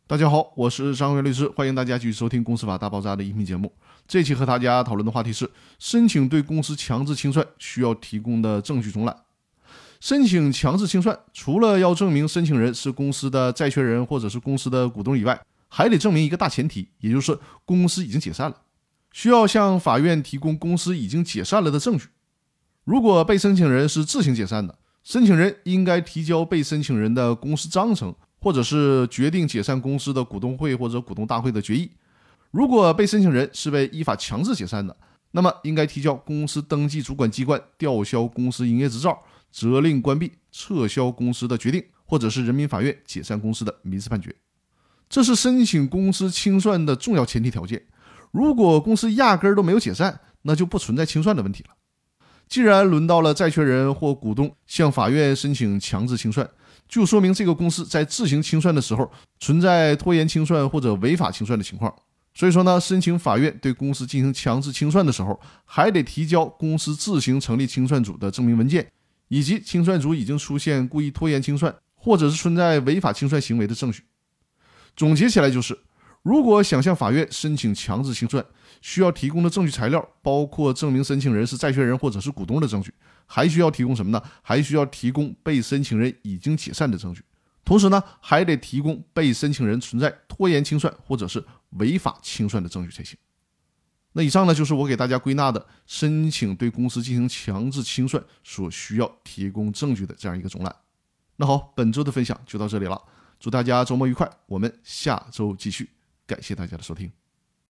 大家好，我是张辉律师，欢迎大家继续收听《公司法大爆炸》的音频节目。这期和大家讨论的话题是申请对公司强制清算需要提供的证据总览。申请强制清算，除了要证明申请人是公司的债权人或者是公司的股东以外，还得证明一个大前提，也就是公司已经解散了，需要向法院提供公司已经解散了的证据。如果被申请人是自行解散的，申请人应该提交被申请人的公司章程，或者是决定解散公司的股东会或者股东大会的决议。如果被申请人是被依法强制解散的，那么应该提交公司登记主管机关吊销公司营业执照、责令关闭、撤销公司的决定，或者是人民法院解散公司的民事判决。这是申请公司清算的重要前提条件。如果公司压根儿都没有解散，那就不存在清算的问题了。既然轮到了债权人或股东向法院申请强制清算，就说明这个公司在自行清算的时候存在拖延清算或者违法清算的情况。所以说呢，申请法院对公司进行强制清算的时候，还得提交公司自行成立清算组的证明文件，以及清算组已经出现故意拖延清算或者是存在违法清算行为的证据。总结起来就是，如果想向法院申请强制清算，需要提供的证据材料包括证明申请人是债权人或者是股东的证据，还需要提供什么呢？还需要提供被申请人已经解散的证据。同时呢，还得提供被申请人存在拖延清算或者是违法清算的证据才行。那以上呢，就是我给大家归纳的申请对公司进行强制清算所需要提供证据的这样一个总览。那好，本周的分享就到这里了，祝大家周末愉快，我们下周继续，感谢大家的收听。